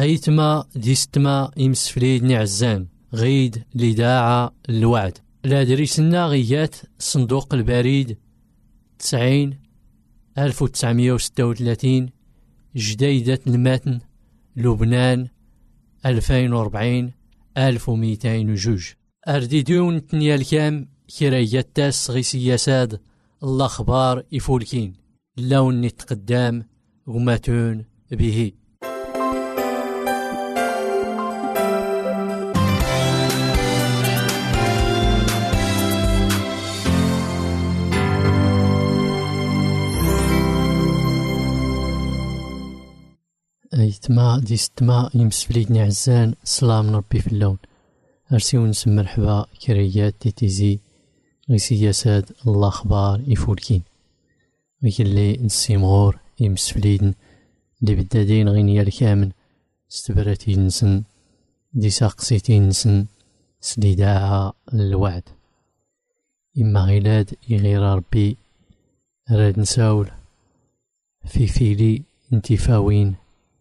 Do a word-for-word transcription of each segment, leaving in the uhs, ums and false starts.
غيتما ديستما يمسفليد نعزان غيد لداعة الوعد لا دريسنا غيات صندوق البريد تسعين ألف وتسعمية وستة وثلاثين جديدة المتن لبنان ألفين وربعين ألف ومئتين وجوج أرديدون تنيا الكام كرايات تاس غي سياساد الأخبار يفولكين اللون نتقدام وماتون به ايتما ديستما يمسفليدني عزان سلام ربي في اللون ارسيو نسم مرحبا كريات تي تيزي غي سياسات الاخبار يفولكين غي اللي نسيمغور يمسفليدن اللي بدادين غينيا الكامن استبراتي نسن دي ساقسيتي نسن سليداعة الوعد إما غيلاد يغير ربي راد نساول في فيلي انتفاوين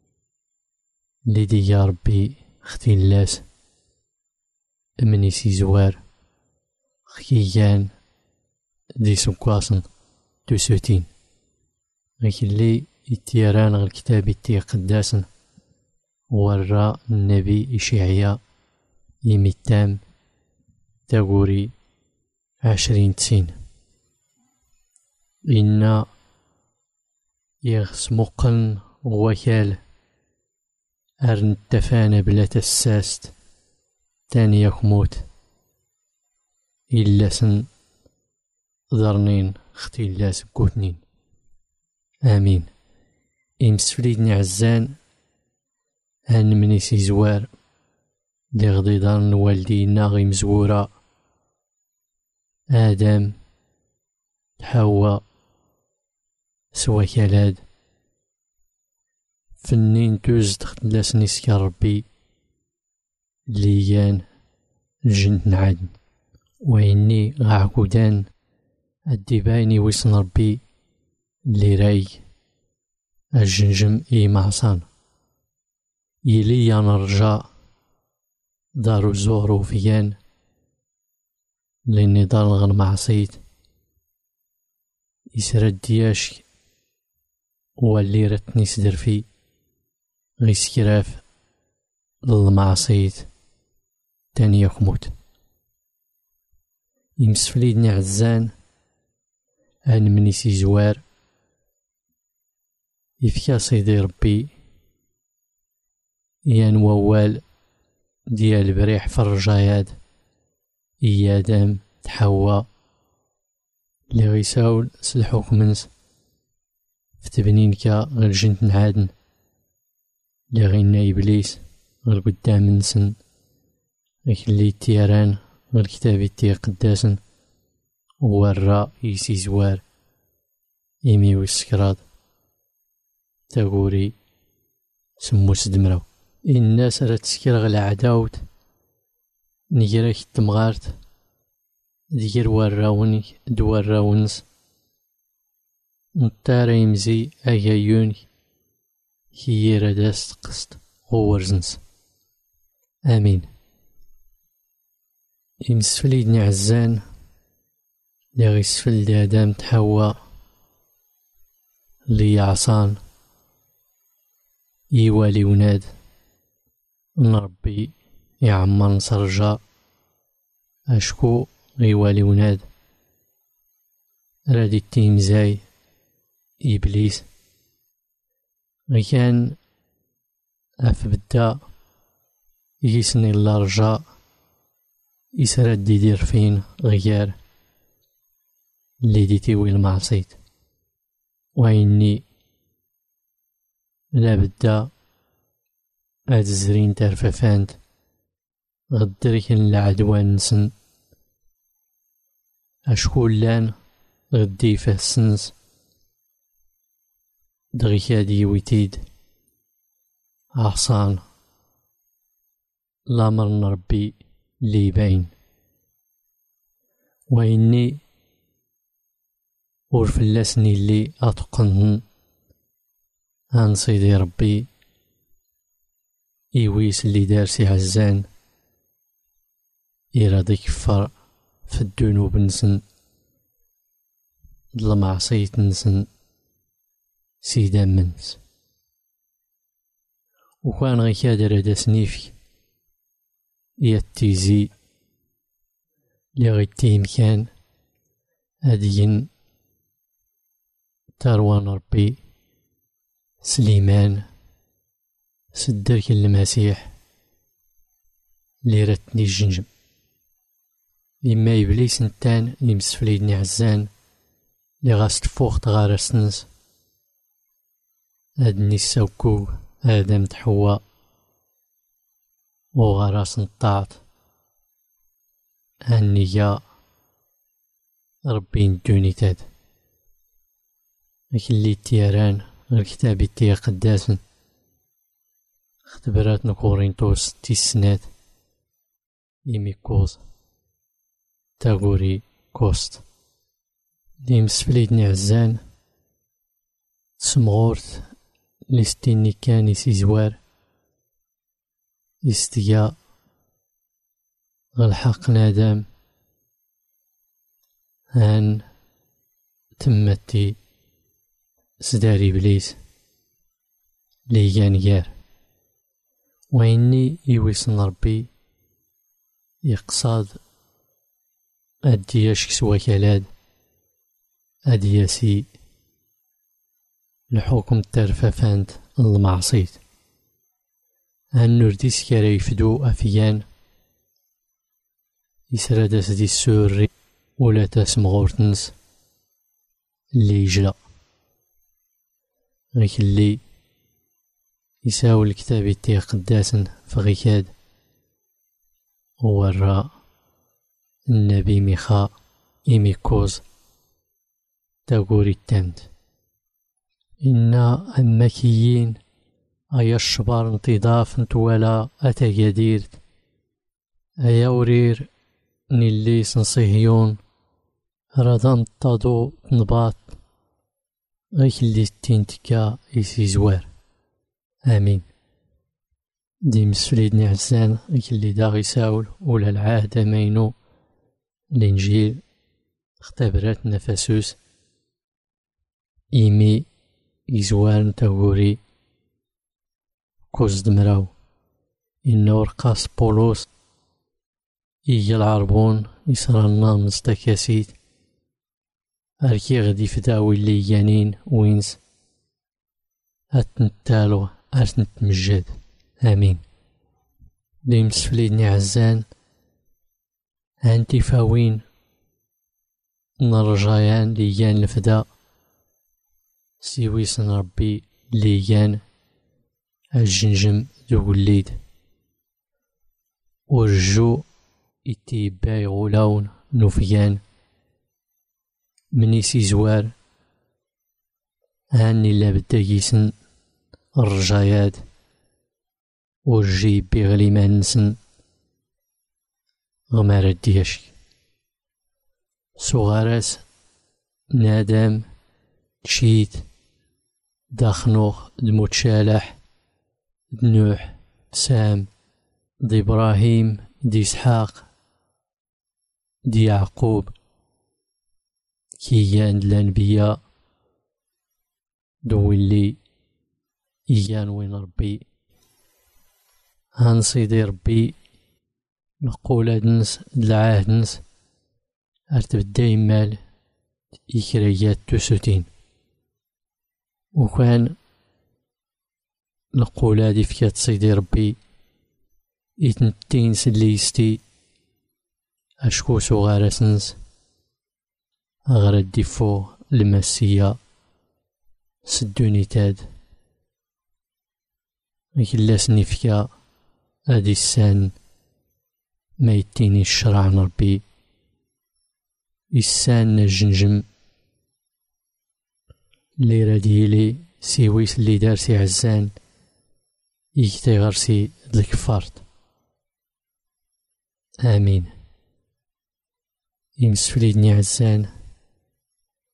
لدي يا ربي اختي اللاس امني سي زوار خيان دي سكواسن دو سوتين غيك اللي يتيران غير كتابي تي قداسن ورا النبي إشعياء يميتام تاغوري عشرين تسين إنا يغس مقن وكال أرن تفانا بلا تساست تاني يكموت إلا سن ضرنين اختي اللاس كوتنين آمين إمسفليدني عزان هان مني سي زوار دي غضيضان والدينا غي مزورا آدم حواء سوا كالاد فنين توز تختلاس نسك ربي ليان الجنة عدن وإني غعكودان الدبايني ويسن ربي اللي راي الجنجم إي معصان يلي نرجع دارو زورو فيان لاني دار غير معصيت يسرد دياش واللي رتني سدر في غي سكراف للمعصيت تاني يكموت يمسفليدني عزان ان مني سي زوار يفكا سيدي ربي يان ووال ديال بريح فرجاياد إيادام تحوى اللي غيساول سلحوك منس فتبنينكا غير جنت نعادن اللي غينا إبليس غير قدام نسن غير اللي تيران غير كتابي تي قداسن ورا يسي زوار إيمي ويسكراد تاغوري سمو سدمراو الناس راه تسكر غلا عداوت نجراك التمغارت دير وراوني دوراونس نطار يمزي ايايوني كي راداس قسط غورزنس امين يمسفليدني عزان لي غيسفل دي ادم تحوى لي عصان يوالي وناد نربي يعمر نصرجا اشكو غيوالي وناد رادي التيمزاي إبليس غيكان أفبدا يسني الرجاء يسرد دير فين غيار اللي ديتي ويل معصيت وإني لابد هاد الزرين ترففانت غدريك العدوان نسن أشكول لان غدي فيه السنس دغيك هادي ويتيد عصان لامر نربي لي باين وإني ورفلاسني اللي أتقنن عن سيدي ربي إيويس اللي دار سي عزان إراد يكفر في الذنوب نسن المعصية نسن سيدا منس وكان غي كادر هدا سنيفي إيا التيزي لي غي تيمكان هادين تروان ربي سليمان سدرك المسيح لي راتني الجنجم إما إبليس نتان يمسفليدني عزان لي غاس تفوخ تغارسنس هاد نيسا وكو آدم تحوا وغراس نطاعت هنيا ربي ندوني تاد لكن اللي تيران غير كتابي تيا قداسن اختبرات نكورينتوس تيسنات يميكوز تاغوري كوست دي مسفليدني عزان تسمغورت لستيني كان يسيزوار يستيا غالحق نادم هان تمتي سداري بليس ليان يار وإني يويسن ربي يقصاد أدياش كسوا كالاد أدياسي الحكم ترفافانت المعصيت هنورديس كارا يفدو أفيان يسرادس دي السوري ولا تاسمغورتنس اللي يجلا غيك اللي يساوي الكتاب تي قداسن فغيكاد هو الراء النبي ميخا إيميكوز تاغوري التامت إنا المكيين أيا الشبار انتضاف نتوالا أتاقاديرت أيا ورير نيلي سنصيهيون رادان تادو تنباط غيك اللي تينتكا يسي زوار آمين دي مسفليدني عزان غيك اللي داغي ساول ولا العهد ماينو الإنجيل اختبرات نفسوس إيمي يزوان تاغوري كوز دمراو إنو رقاص بولوس إيجا العربون يسرانا من ستاكاسيت أركي غدي فداوي اللي يانين وينس أتنتالو أتنتمجد آمين دي مسفليدني عزان هانتي فاوين نرجايان ليان الفدا سيويسن ربي ليان الجنجم دو الليد ورجو إتيباي غلاون نوفيان مني سيزوار هاني لابدا يسن الرجايات ورجي بيغلي ما نسن غمار الدياشي صغارس نادم تشيت داخنوخ دموتشالح دنوح سام دي إبراهيم دي إسحاق دي يعقوب كيان الأنبياء دو اللي إيان وين ربي هنصيدي ربي نقول هادنس العاهدنس أرتب دايمال إكريات تسوتين وكان نقول هادي فكات صيدي ربي إتنتين سليستي أشكو صغارسنس أغرى الدفو المسيا سدوني تاد مكلاسني فيا هادي السان ما يتيني الشرع ربي السان الجنجم اللي راديلي سيويس اللي دار سي عزان يكتي غرسي الكفارت آمين يمسفليدني عزان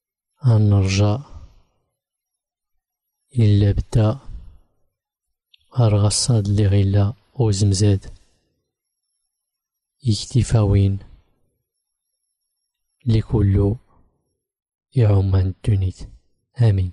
هنرجع إلا بدا أرغصاد اللي غيلا وزمزاد يكتفاوين لكلو يعوم عن الدنيت. آمين.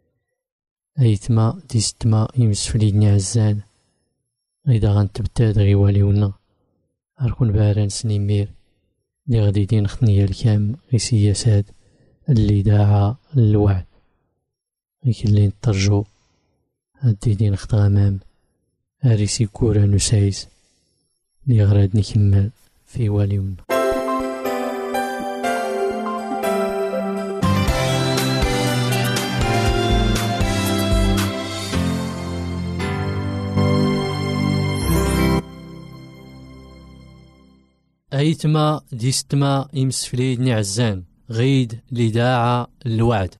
أيتما ديستما يمسفليدني عزان غيدا غنتبتاد غيواليونا أركون باران سنيمير لي غدي دين خطنيا الكام غي سياسات اللي داعا الوعد غيك اللي نترجو هادي دين خط غمام هاريسي كورا نسايس لي غراد نكمل في واليونا. أيتما ديستما يمسفليدني عزان غيد لداعة الوعد.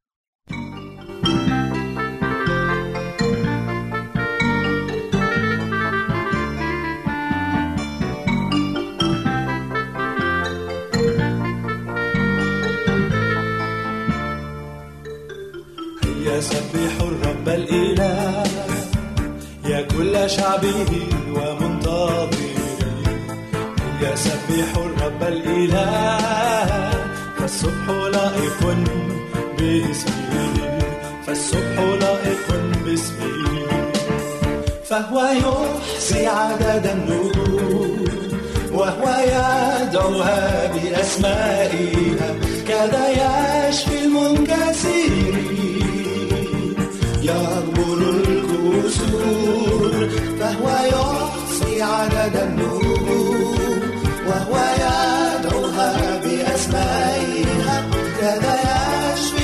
هيا سبحوا الرب الإله يا كل شعبه ومنتظره، هيا سبحوا الرب الإله فالصبح لائق باسمه، فالصبح لائق باسمه، فهو يحصي عدد النجوم وهو يدعوها بأسمائها، كذا يشفي المنكسرين يغبر الكسور، فهو يحصي عدد النجوم وهو يدعوها بأسمائها، كذا يشفي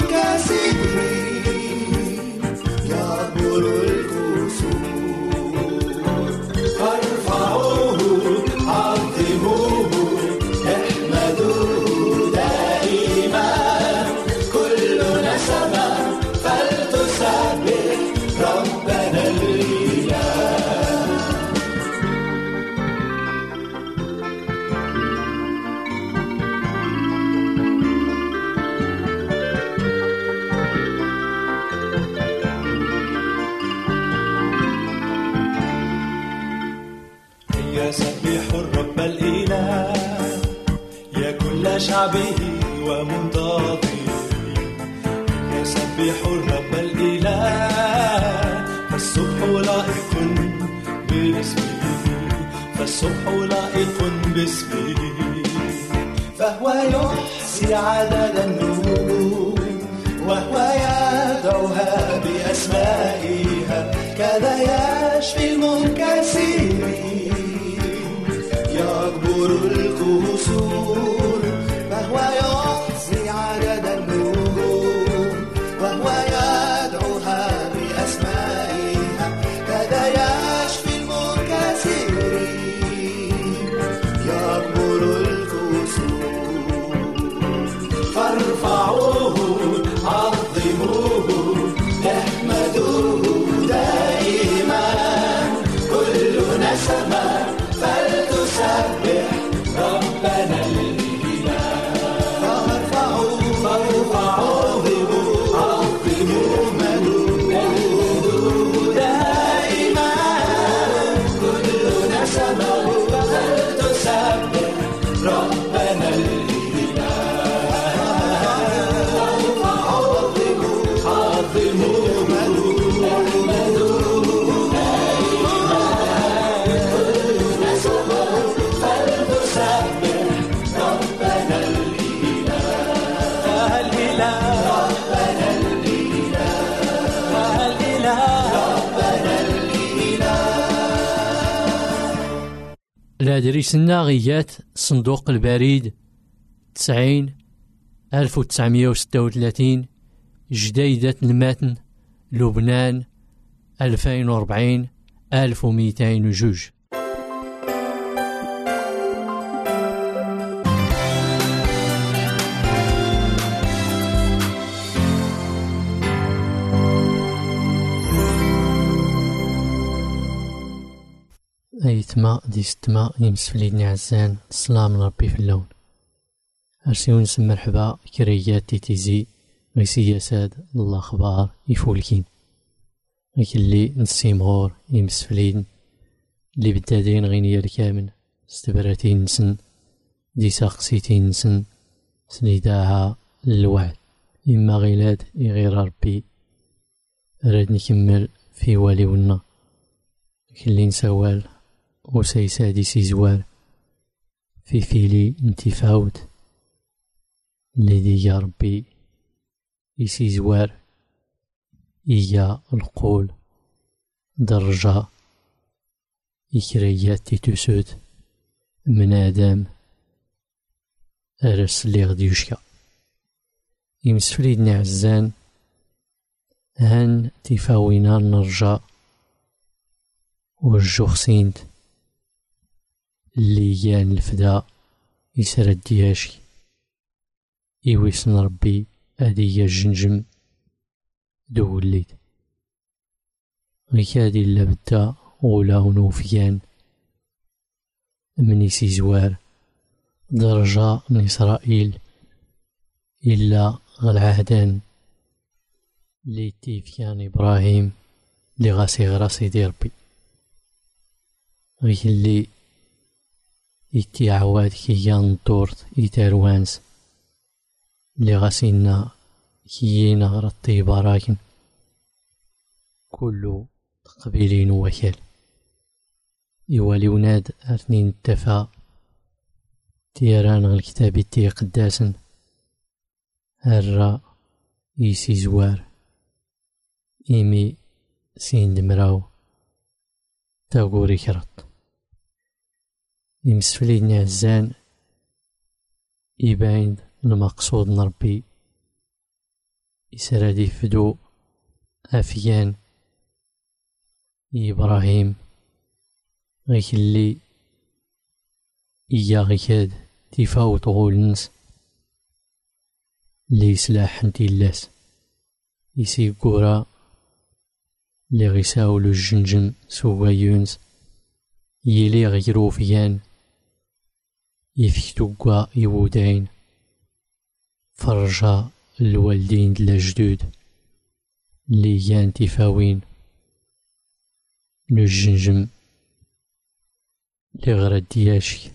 المنكسرين يغبر الكسور. فارفعوه عظموه احمدوه دائما، كل نسمة فلتسبح ربنا الإله. هيا سبحوا الرب الإله يا كل شعبه ومنتظره، هيا سبحوا الرب الإله فالصبح لائق باسمه، فالصبح لائق باسمه، فهو يحصي عدد النجوم وهو يدعوها بأسمائها، كذا يشفي المنكسرين يغبر الكسور، فهو يحصي عدد النجوم وهو يدعوها بأسمائها، كذا يشفي المنكسرين يغبر الكسور. فارفعوه عظموه احمدوه دائما، كل نسمة فلتسبح ربنا الإله. فارفعوه فارفعوه عظموه احمدوه دائما، كل نسمة فلتسبح ربنا الإله. الأدريسنا غيات صندوق البريد تسعين ألف وتسعمية وستة وثلاثين جديدة المتن لبنان ألفين وأربعين ألف ومئتين وجوج. أيتما ديستما يمسفليدني عزان السلام ربي في اللون. أرسيون نسم مرحبا كريات تيتيزي غي سياسات الأخبار يفولكين. غيك اللي نسيمغور يمسفلين اللي بدادين غينيا الكامن استبراتين نسن دي ساقسيتين نسن سنيداها الوعد إما غيلاد يغير ربي راد نكمل في والي ونا كلي نسوال وسيسادي سيزوار في فيلي انتفاوت الذي يا ربي يسيزوار إيا القول درجة إكريات تيتوسود من آدم أرس اللي غدي يشكى يمسفليدنا عزان هان تفاوينا نرجع والجوخسينت اللي يان الفدا يسرد دياشي يويسن ربي أدي الجنجم دوليد غيكادي اللبدا ولا ونوفيان من سيزوار درجة من إسرائيل إلا العهدان لي تيفيان إبراهيم لي غاسي غراسي دي ربي غيك اللي إتي عواد كيان دورت إتاروانس لي غاسينا كيينا غرطي براكن كله تقبيلين وكال يوالي وناد أرنين التفا تيران الكتاب تي قداسن هرا يسي زوار إيمي سين دمراو تاغوري كرط يمسفليدني عزان يباين المقصود نربي يسرادي فدو أفيان إبراهيم غيك اللي إيا غيكاد تفاوت غولنس لي سلاح نتي اللاس يسي قورا لي غيساولو الجنجم سوايونس يلي غيرو فيان يفكتوكا يودين فرجا الوالدين دلا جدود لي يان تفاوين الجنجم لي غرا دياشي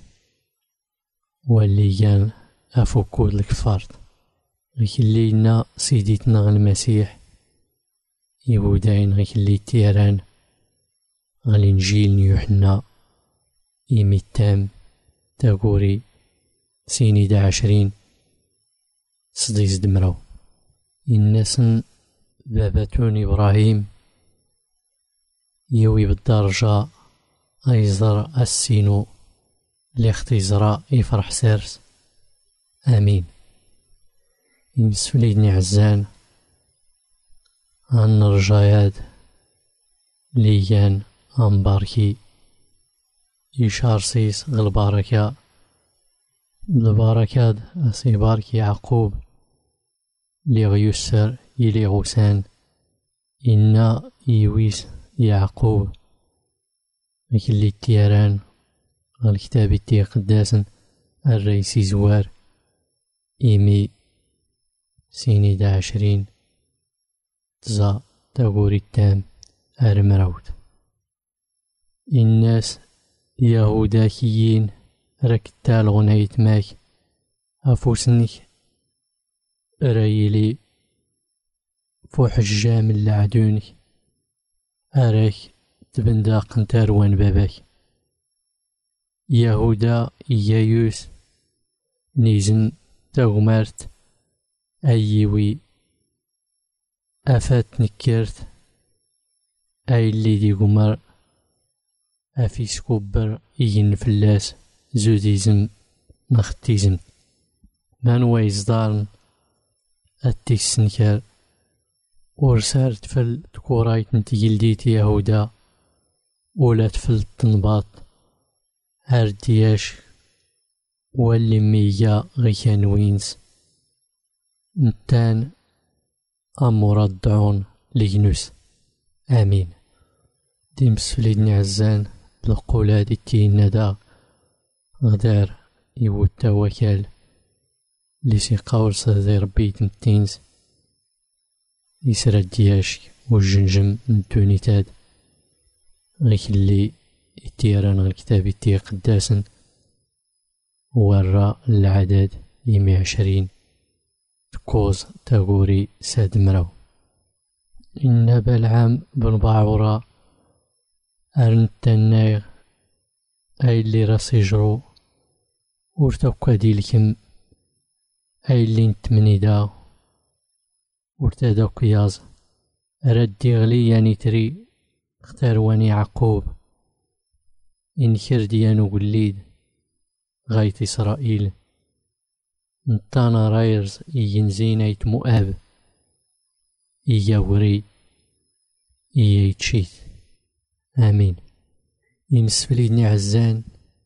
واللي يان أفوكود الكفارت غيك اللي نا سيديتنا المسيح يودين غيك اللي تيران غالإنجيل يوحنا يميتام تاغوري سيني دا عشرين صديز دمراو الناسن باباتون إبراهيم يوي بالدرجة أيزر السينو لاختزراء يفرح سيرس آمين يمسفليدني عزان عن الرجايات ليان أمباركي يشار سيس غالباركة البركات أسيباركي يعقوب لي غيسر يلي غسان إنا يويس يعقوب لكن اللي تيران الكتاب تي قداسن الرئيسي زوار إيمي سيني دا عشرين تزا تاغوري التام أرمراوت الناس يهوداكيين ركتال غنايت ماك أفوسنك رايلي فوح الجام اللعدونك أراك تبندا قنتاروان باباك يهودا إيايوس نيزن تاغمارت أيوي أفات نكرت أي اللي دي قمر أفيس كوبر إيين فلاس زوديزم نختيزم مانوا يزدارن التيسنكر ورسار تفل تكورايت نتجلديت يهودا ولا تفل تنباط هاردياش واللي ميا غيكان وينس نتان أمردعون لجنوس آمين ديمس فليدني عزان القولة دي تينا غدار يبوت توكال لسي قول صدي ربي تمتينز يسرى دياشي والجنجم الدونيتاد غيك اللي يتيران غير كتاب يتي قداسن ورا العدد يمي عشرين تكوز تاغوري ساد مراو. إن بلعام بن باعورا أرن تناغ أي اللي راسي جرو ورتوكا ديلكم أي اللي نتمني دا ورتادوك ياز ردي غلي يعني تري اختار واني عقوب إن كرديانو قليد غايت إسرائيل نتانا رايرز ينزين ايت مؤاب إياوري إيايتشيت آمين. يمسفليدني عزان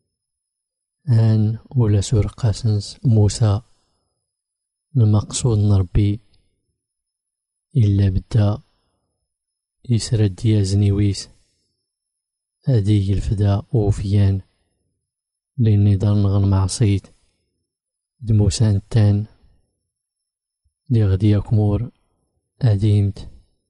آن ولا سور قاسنس موسى المقصود نربي إلا بدا يسرد ديازني ويس أدي الفدا أوفيان لأني دار نغن معصيت دموسان تان دي غدي أكمور أديمت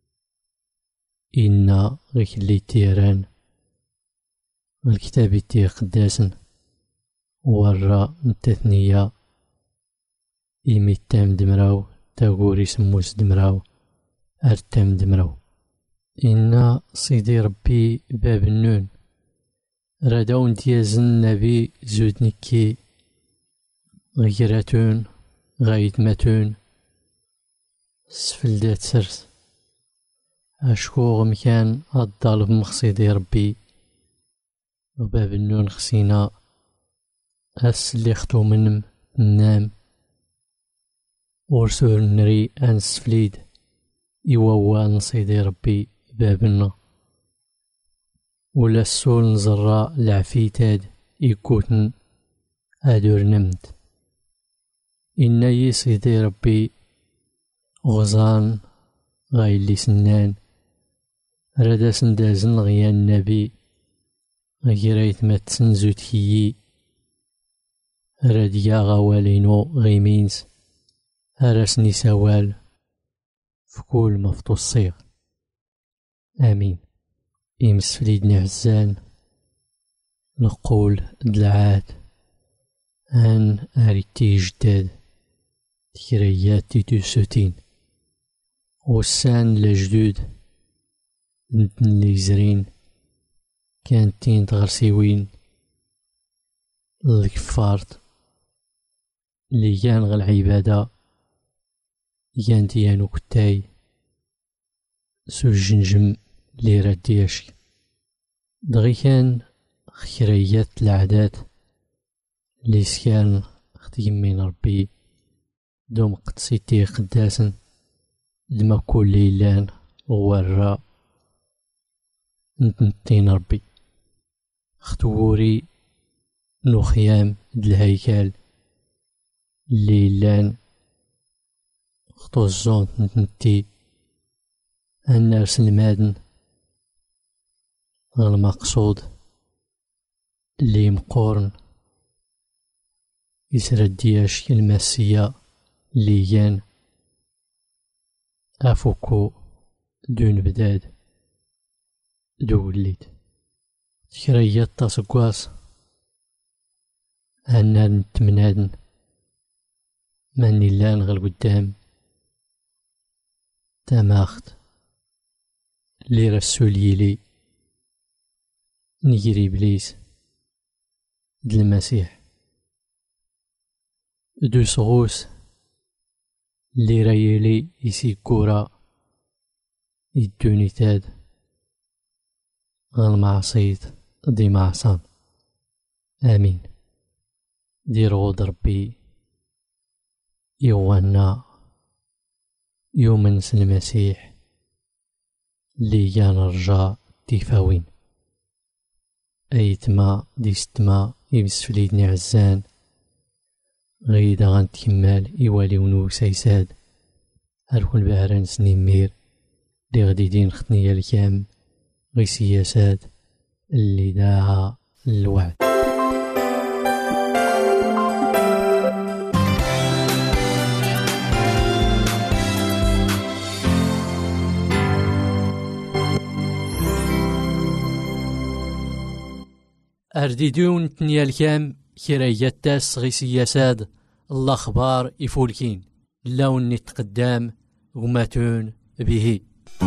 إنا غيك اللي تيران الكتاب يتي قداسن ورا التثنية إيمي تام دمراو تاغوري سموس دمراو أرتام دمراو. إنا سيدي ربي باب النون رادون ديازن نبي زودنكي غيراتون غايتماتون سفلدات سرس أشكوغ مكان الضالب مقصدي ربي وباب النون خسينا أس اللي خطو منم ننام ورسول نري أنس فليد إيواوا نصيدي ربي بابنا ولا السول نزرا العفيتاد إيكوتن أدور نمت إنا يسيدي ربي غزان غايلي سنان رادا سندازن غيان النبي غيريت ما تسنزوت هيي راديا غوالينو غيمينس هرسني سوال فكول مفتو الصيغ آمين. إمس فليدني عزان نقول دلعات أن أريتي جداد تكريات تيتو سوتين والسان لجدود نتن اللي زرين كانتين تغرسيوين الكفارت اللي كان غا العبادة كان ديانو كتاي سو الجنجم لي ردياش دغي كان خيريات العادات لي سكان خديم من ربي دوم قدسيتي قداسن دما كل ليلان ورا نتنتين ربي خطوري نخيام دالهيكال ليلان خطو الزون نتنتي الناس المادن المقصود اللي مقورن يسرد دياش الماسية اللي كان أفوكو دون بداد دوليت تكريات تاسقواس أنا نتمنادن ماني لان غل قدام تماخت لي رسولي لي نجري بليس د المسيح دو صغوس لي رايلي يسي كورا يدوني تاد غالمعصيت دي معصان آمين. دير غود ربي يوانا يومنس المسيح لي كان رجاء تيفاوين أيتما ديستما يبس فليدني عزان غيدا غنتكمال يوالي ونو سيساد هركو البهران سنين مير لي غدي دين ختنيا الكام غي سياسات اللي داها الوعد. أرديدون تنيا الكام كراياتاس غي سياساد الأخبار يفولكين اللون نتقدام وماتون به.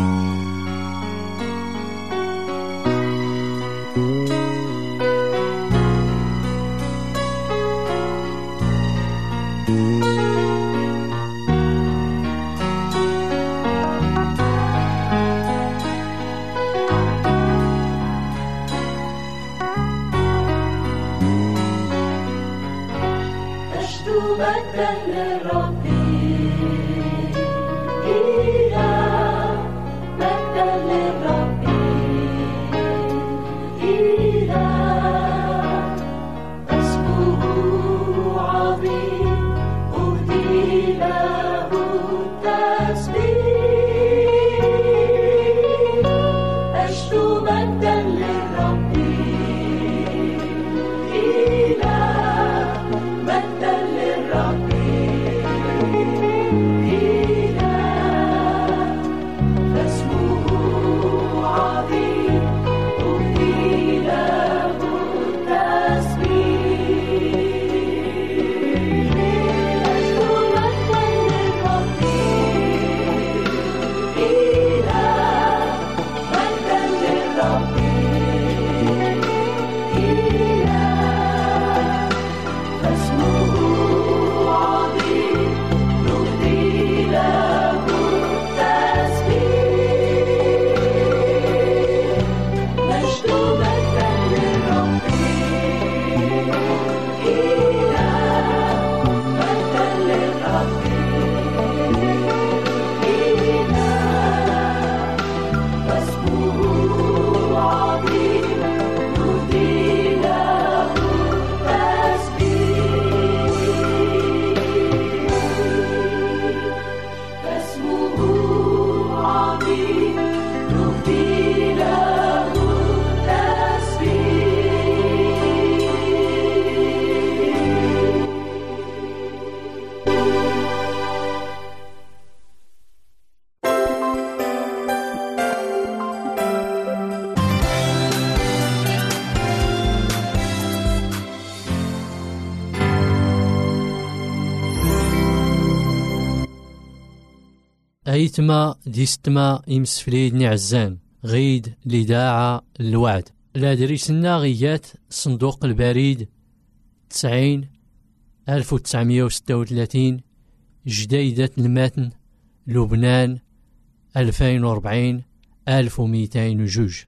أيتما ديستما يمسفليد نعزان غيد لداعة الوعد لا دريسنا غيات صندوق البريد تسعين ألف وتسعمية وستة وثلاثين جديدة المتن لبنان ألفين وربعين ألف ومئتين وجوج.